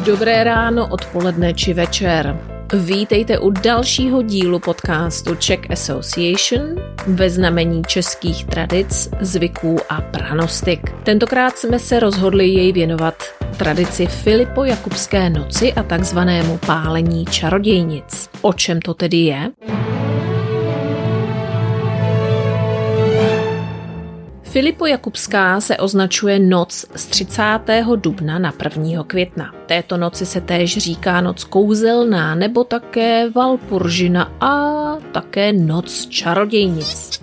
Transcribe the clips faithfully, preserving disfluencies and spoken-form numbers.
Dobré ráno, odpoledne či večer. Vítejte u dalšího dílu podcastu Czech Association ve znamení českých tradic, zvyků a pranostik. Tentokrát jsme se rozhodli jej věnovat tradici Filipojakubské noci a takzvanému pálení čarodějnic. O čem to tedy je? Filipojakubská se označuje noc z třicátého dubna na prvního května. Této noci se též říká noc kouzelná nebo také Valpuržina a také noc čarodějnic.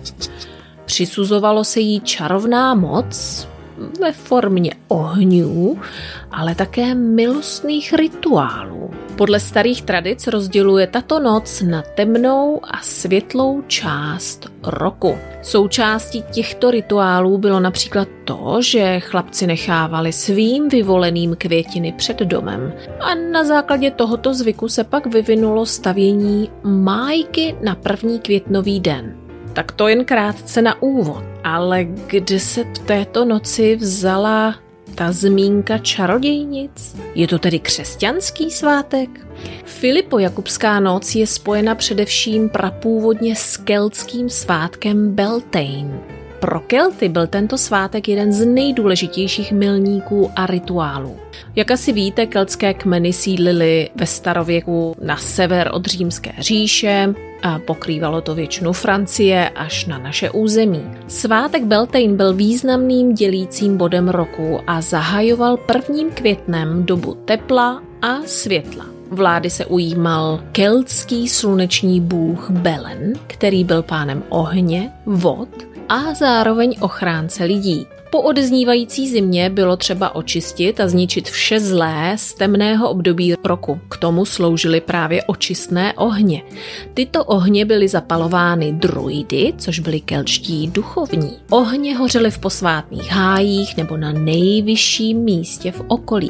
Přisuzovalo se jí čarovná moc ve formě ohňů, ale také milostných rituálů. Podle starých tradic rozděluje tato noc na temnou a světlou část roku. Součástí těchto rituálů bylo například to, že chlapci nechávali svým vyvoleným květiny před domem a na základě tohoto zvyku se pak vyvinulo stavění májky na první květnový den. Tak to jen krátce na úvod, ale kde se v této noci vzala ta zmínka čarodějnic? Je to tedy křesťanský svátek? Filipojakubská noc je spojena především prapůvodně s keltským svátkem Beltane. Pro Kelty byl tento svátek jeden z nejdůležitějších milníků a rituálů. Jak asi víte, keltské kmeny sídlily ve starověku na sever od Římské říše a pokrývalo to většinu Francie až na naše území. Svátek Beltane byl významným dělícím bodem roku a zahajoval prvním květnem dobu tepla a světla. Vlády se ujímal keltský sluneční bůh Belen, který byl pánem ohně, vod a zároveň ochránce lidí. Po odeznívající zimě bylo třeba očistit a zničit vše zlé z temného období roku. K tomu sloužily právě očistné ohně. Tyto ohně byly zapalovány druidy, což byli keltští duchovní. Ohně hořely v posvátných hájích nebo na nejvyšším místě v okolí.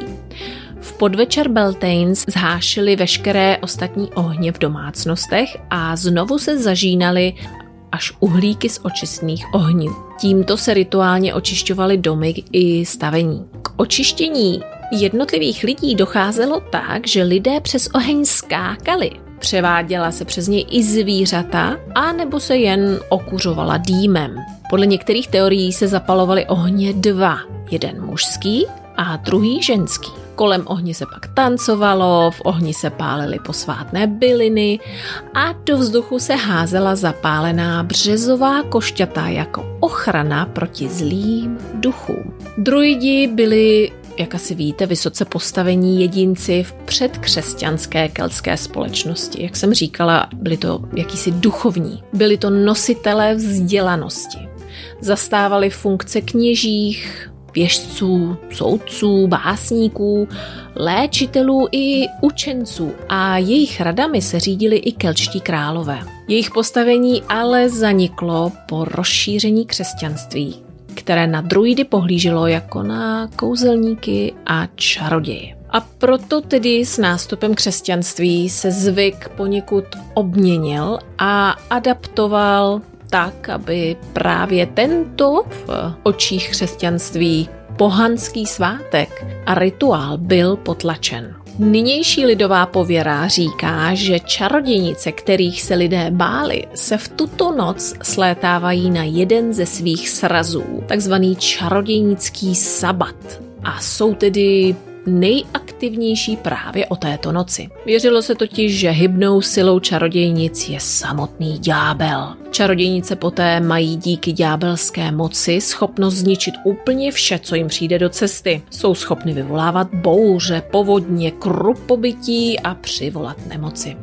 V podvečer Beltane zhášili veškeré ostatní ohně v domácnostech a znovu se zažínaly až uhlíky z očistných ohňů. Tímto se rituálně očišťovaly domy i stavení. K očištění jednotlivých lidí docházelo tak, že lidé přes oheň skákali. Převáděla se přes něj i zvířata, a nebo se jen okuřovala dýmem. Podle některých teorií se zapalovaly ohně dva, jeden mužský a druhý ženský. Kolem ohně se pak tancovalo, v ohni se pálily posvátné byliny a do vzduchu se házela zapálená březová košťata jako ochrana proti zlým duchům. Druidi byli, jak asi víte, vysoce postavení jedinci v předkřesťanské keltské společnosti. Jak jsem říkala, byli to jakýsi duchovní. Byli to nositelé vzdělanosti. Zastávali funkce kněžích, věštců, soudců, básníků, léčitelů i učenců a jejich radami se řídili i keltští králové. Jejich postavení ale zaniklo po rozšíření křesťanství, které na druidy pohlíželo jako na kouzelníky a čaroděje. A proto tedy s nástupem křesťanství se zvyk poněkud obměnil a adaptoval tak, aby právě tento v očích křesťanství pohanský svátek a rituál byl potlačen. Nynější lidová pověra říká, že čarodějnice, kterých se lidé báli, se v tuto noc slétávají na jeden ze svých srazů, takzvaný čarodějnický sabat, a jsou tedy nejaktivnější právě o této noci. Věřilo se totiž, že hybnou silou čarodějnic je samotný ďábel. Čarodějnice poté mají díky ďábelské moci schopnost zničit úplně vše, co jim přijde do cesty. Jsou schopny vyvolávat bouře, povodně, krupobytí a přivolat nemoci.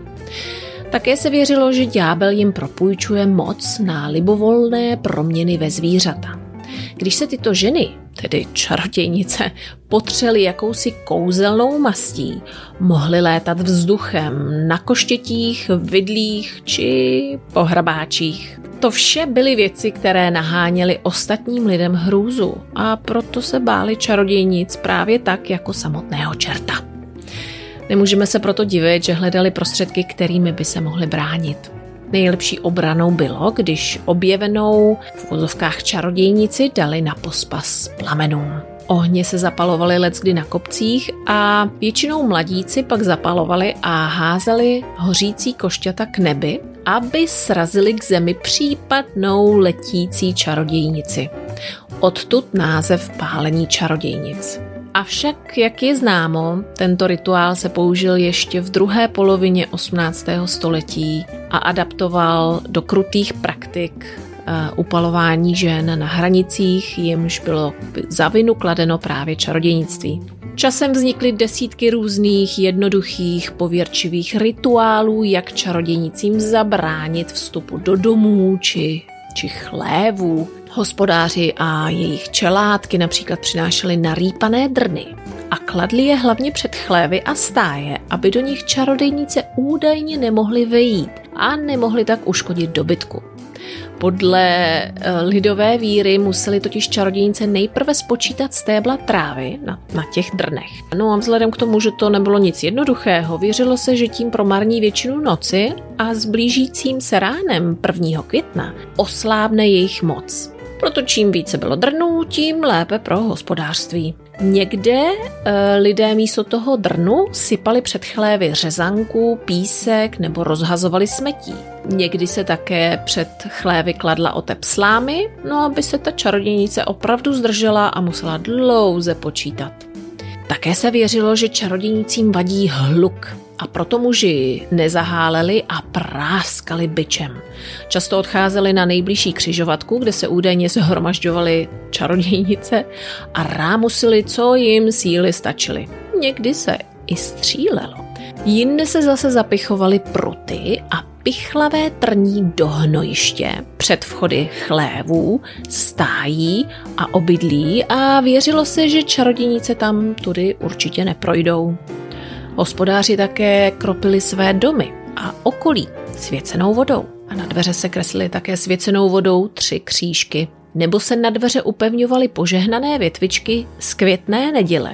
Také se věřilo, že ďábel jim propůjčuje moc na libovolné proměny ve zvířata. Když se tyto ženy, tedy čarodějnice, potřely jakousi kouzelnou mastí, mohly létat vzduchem na koštětích, vidlích či pohrabáčích. To vše byly věci, které naháněly ostatním lidem hrůzu a proto se báli čarodějnic právě tak jako samotného čerta. Nemůžeme se proto divit, že hledali prostředky, kterými by se mohli bránit. Nejlepší obranou bylo, když objevenou v uvozovkách čarodějnici dali na pospas plamenům. Ohně se zapalovaly leckdy na kopcích a většinou mladíci pak zapalovali a házeli hořící košťata k nebi, aby srazili k zemi případnou letící čarodějnici. Odtud název pálení čarodějnic. Avšak, jak je známo, tento rituál se použil ještě v druhé polovině osmnáctého století a adaptoval do krutých praktik uh, upalování žen na hranicích, jimž bylo za vinu kladeno právě čarodějnictví. Časem vznikly desítky různých jednoduchých pověrčivých rituálů, jak čarodějnicím zabránit vstupu do domů či, či chlévů. Hospodáři a jejich čelátky například přinášeli narýpané drny a kladli je hlavně před chlévy a stáje, aby do nich čarodějnice údajně nemohly vejít a nemohly tak uškodit dobytku. Podle lidové víry museli totiž čarodějnice nejprve spočítat stébla trávy na, na těch drnech. No a vzhledem k tomu, že to nebylo nic jednoduchého, věřilo se, že tím promarní většinu noci a s blížícím se ránem prvního května oslábne jejich moc. Proto čím více bylo drnů, tím lépe pro hospodářství. Někde e, lidé místo toho drnu sypali před chlévy řezanku, písek nebo rozhazovali smetí. Někdy se také před chlévy kladla otep slámy, no aby se ta čarodějnice opravdu zdržela a musela dlouze počítat. Také se věřilo, že čarodějnicím vadí hluk a proto muži nezaháleli a práskali bičem. Často odcházeli na nejbližší křižovatku, kde se údajně shromažďovaly čarodějnice a rámusili, co jim síly stačily. Někdy se i střílelo. Jinde se zase zapichovali pruty a pichlavé trní do hnojiště před vchody chlévů, stájí a obydlí a věřilo se, že čarodějnice tam tudy určitě neprojdou. Hospodáři také kropili své domy a okolí svěcenou vodou a na dveře se kreslily také svěcenou vodou tři křížky. Nebo se na dveře upevňovaly požehnané větvičky z květné neděle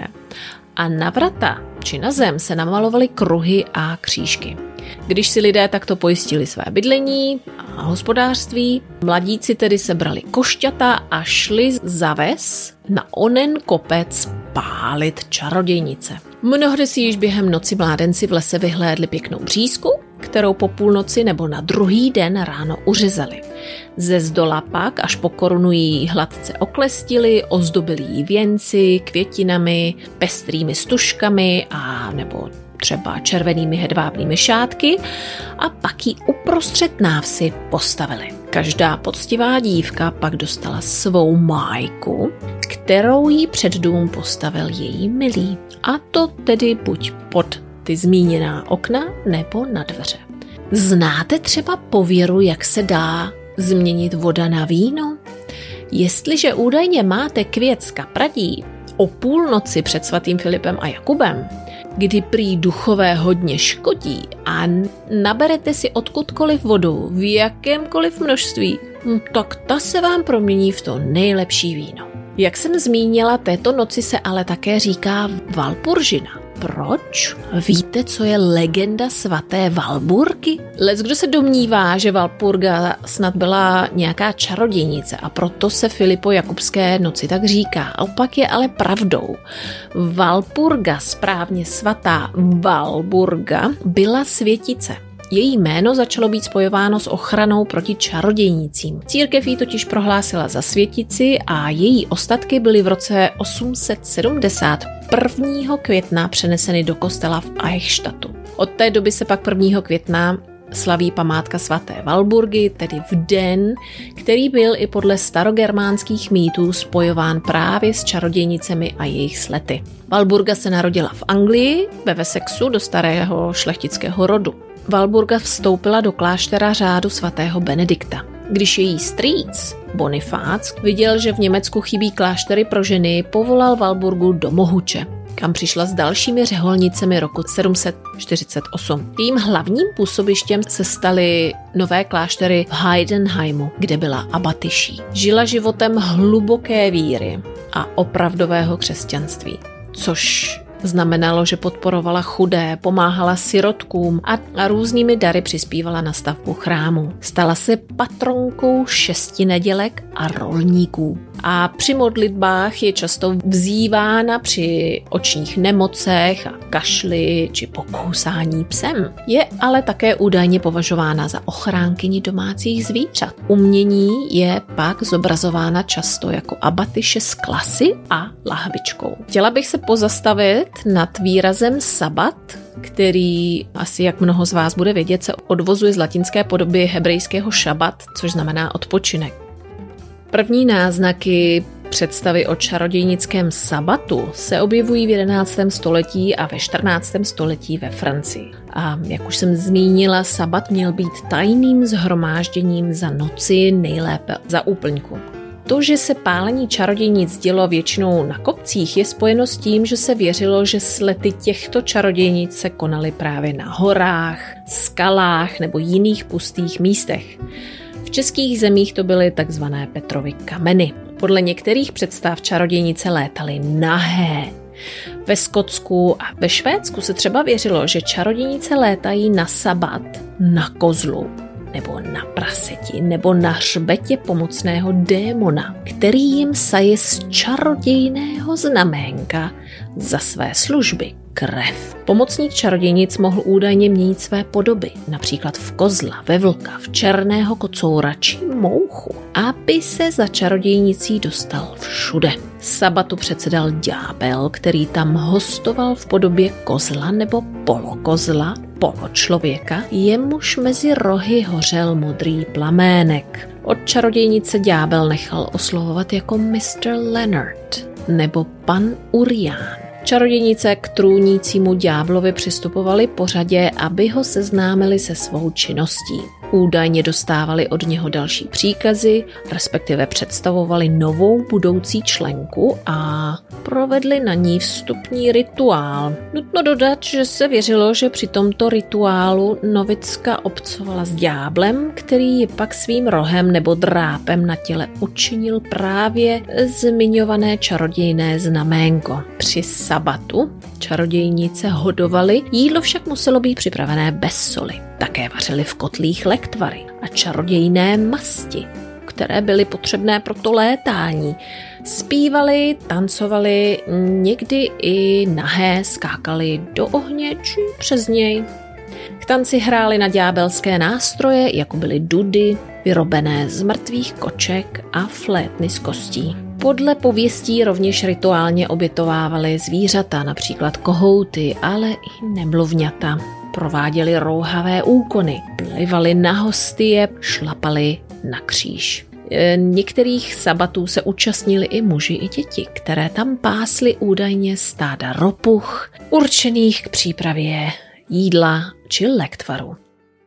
a na vrata či na zem se namalovaly kruhy a křížky. Když si lidé takto pojistili své bydlení a hospodářství, mladíci tedy sebrali košťata a šli za ves na onen kopec pálit čarodějnice. Mnohdy si již během noci mládenci v lese vyhlédli pěknou břízku, kterou po půlnoci nebo na druhý den ráno uřezali. Ze zdola pak až po korunu jí hladce oklestili, ozdobili jí věnci, květinami, pestrými stužkami a nebo třeba červenými hedvábnými šátky a pak ji uprostřed návsi postavili. Každá poctivá dívka pak dostala svou májku, kterou jí před dům postavil její milý. A to tedy buď pod ty zmíněná okna nebo na dveře. Znáte třeba pověru, jak se dá změnit voda na víno? Jestliže údajně máte květ z kapradí o půlnoci před svatým Filipem a Jakubem, kdy prý duchové hodně škodí a naberete si odkudkoliv vodu v jakémkoliv množství, tak ta se vám promění v to nejlepší víno. Jak jsem zmínila, této noci se ale také říká Valpuržina. Proč? Víte, co je legenda svaté Valburgy? Leckdo se domnívá, že Valpurga snad byla nějaká čarodějnice a proto se Filipo Jakubské noci tak říká. Opak je ale pravdou. Valpurga, správně svatá Valburga, byla světice. Její jméno začalo být spojováno s ochranou proti čarodějnicím. Církev ji totiž prohlásila za světici a její ostatky byly v roce osm set sedmdesát prvního května přeneseny do kostela v Eichstadtu. Od té doby se pak prvního května slaví památka svaté Valburgy, tedy v den, který byl i podle starogermánských mýtů spojován právě s čarodějnicemi a jejich slety. Valburga se narodila v Anglii, ve Wessexu, do starého šlechtického rodu. Valburga vstoupila do kláštera řádu svatého Benedikta. Když její strýc Bonifác viděl, že v Německu chybí kláštery pro ženy, povolal Valburgu do Mohuče, kam přišla s dalšími řeholnicemi roku sedm set čtyřicet osm. Jejím hlavním působištěm se staly nové kláštery v Heidenheimu, kde byla abatyší. Žila životem hluboké víry a opravdového křesťanství, což Znamenalo, že podporovala chudé, pomáhala sirotkům a, a různými dary přispívala na stavbu chrámu. Stala se patronkou šesti nedělek a rolníků. A při modlitbách je často vzývána při očních nemocech a kašli či pokousání psem. Je ale také údajně považována za ochránkyni domácích zvířat. Umění je pak zobrazována často jako abatyše s klasy a lahvičkou. Chtěla bych se pozastavit nad výrazem sabat, který asi, jak mnoho z vás bude vědět, se odvozuje z latinské podoby hebrejského šabat, což znamená odpočinek. První náznaky představy o čarodějnickém sabatu se objevují v jedenáctém století a ve čtrnáctém století ve Francii. A jak už jsem zmínila, sabat měl být tajným shromážděním za noci, nejlépe za úplňku. To, že se pálení čarodějnic dělo většinou na kopcích, je spojeno s tím, že se věřilo, že slety těchto čarodějnic se konaly právě na horách, skalách nebo jiných pustých místech. V českých zemích to byly takzvané Petrovy kameny. Podle některých představ čarodějnice létaly nahé. Ve Skotsku a ve Švédsku se třeba věřilo, že čarodějnice létají na sabat na kozlu, nebo na praseti, nebo na hřbetě pomocného démona, který jim saje z čarodějného znaménka za své služby krev. Pomocník čarodějnic mohl údajně měnit své podoby, například v kozla, ve vlka, v černého kocoura či mouchu, aby se za čarodějnicí dostal všude. Sabatu předsedal ďábel, který tam hostoval v podobě kozla nebo polokozla, poločlověka, jemuž mezi rohy hořel modrý plamének. Od čarodějnice ďábel nechal oslovovat jako mister Leonard nebo pan Urián. Čarodějnice k trůnícímu ďáblovi přistupovali pořadě, aby ho seznámili se svou činností. Údajně dostávali od něho další příkazy, respektive představovali novou budoucí členku a provedli na ní vstupní rituál. Nutno dodat, že se věřilo, že při tomto rituálu novicka obcovala s ďáblem, který ji pak svým rohem nebo drápem na těle učinil právě zmiňované čarodějné znaménko. Při sabatu čarodějnice hodovaly, jídlo však muselo být připravené bez soli. Také vařili v kotlích lektvary a čarodějné masti, které byly potřebné pro to létání. Zpívali, tancovali, někdy i nahé skákali do ohně či přes něj. K tanci hráli na ďábelské nástroje, jako byly dudy, vyrobené z mrtvých koček a flétny z kostí. Podle pověstí rovněž rituálně obětovávali zvířata, například kohouty, ale i nemluvňata. Prováděli rouhavé úkony, plivali na hostie, šlapali na kříž. Některých sabatů se účastnili i muži i děti, které tam pásly údajně stáda ropuch, určených k přípravě jídla či lektvaru.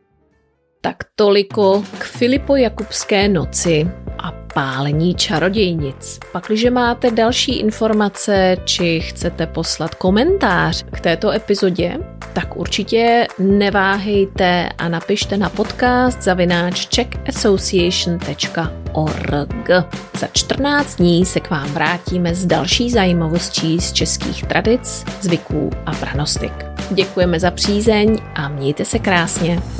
Tak toliko k Filipojakubské noci a pálení čarodějnic. Pakliže máte další informace, či chcete poslat komentář k této epizodě, tak určitě neváhejte a napište na podcast zavináč czech association tečka org. Za čtrnáct dní se k vám vrátíme s další zajímavostí z českých tradic, zvyků a pranostik. Děkujeme za přízeň a mějte se krásně.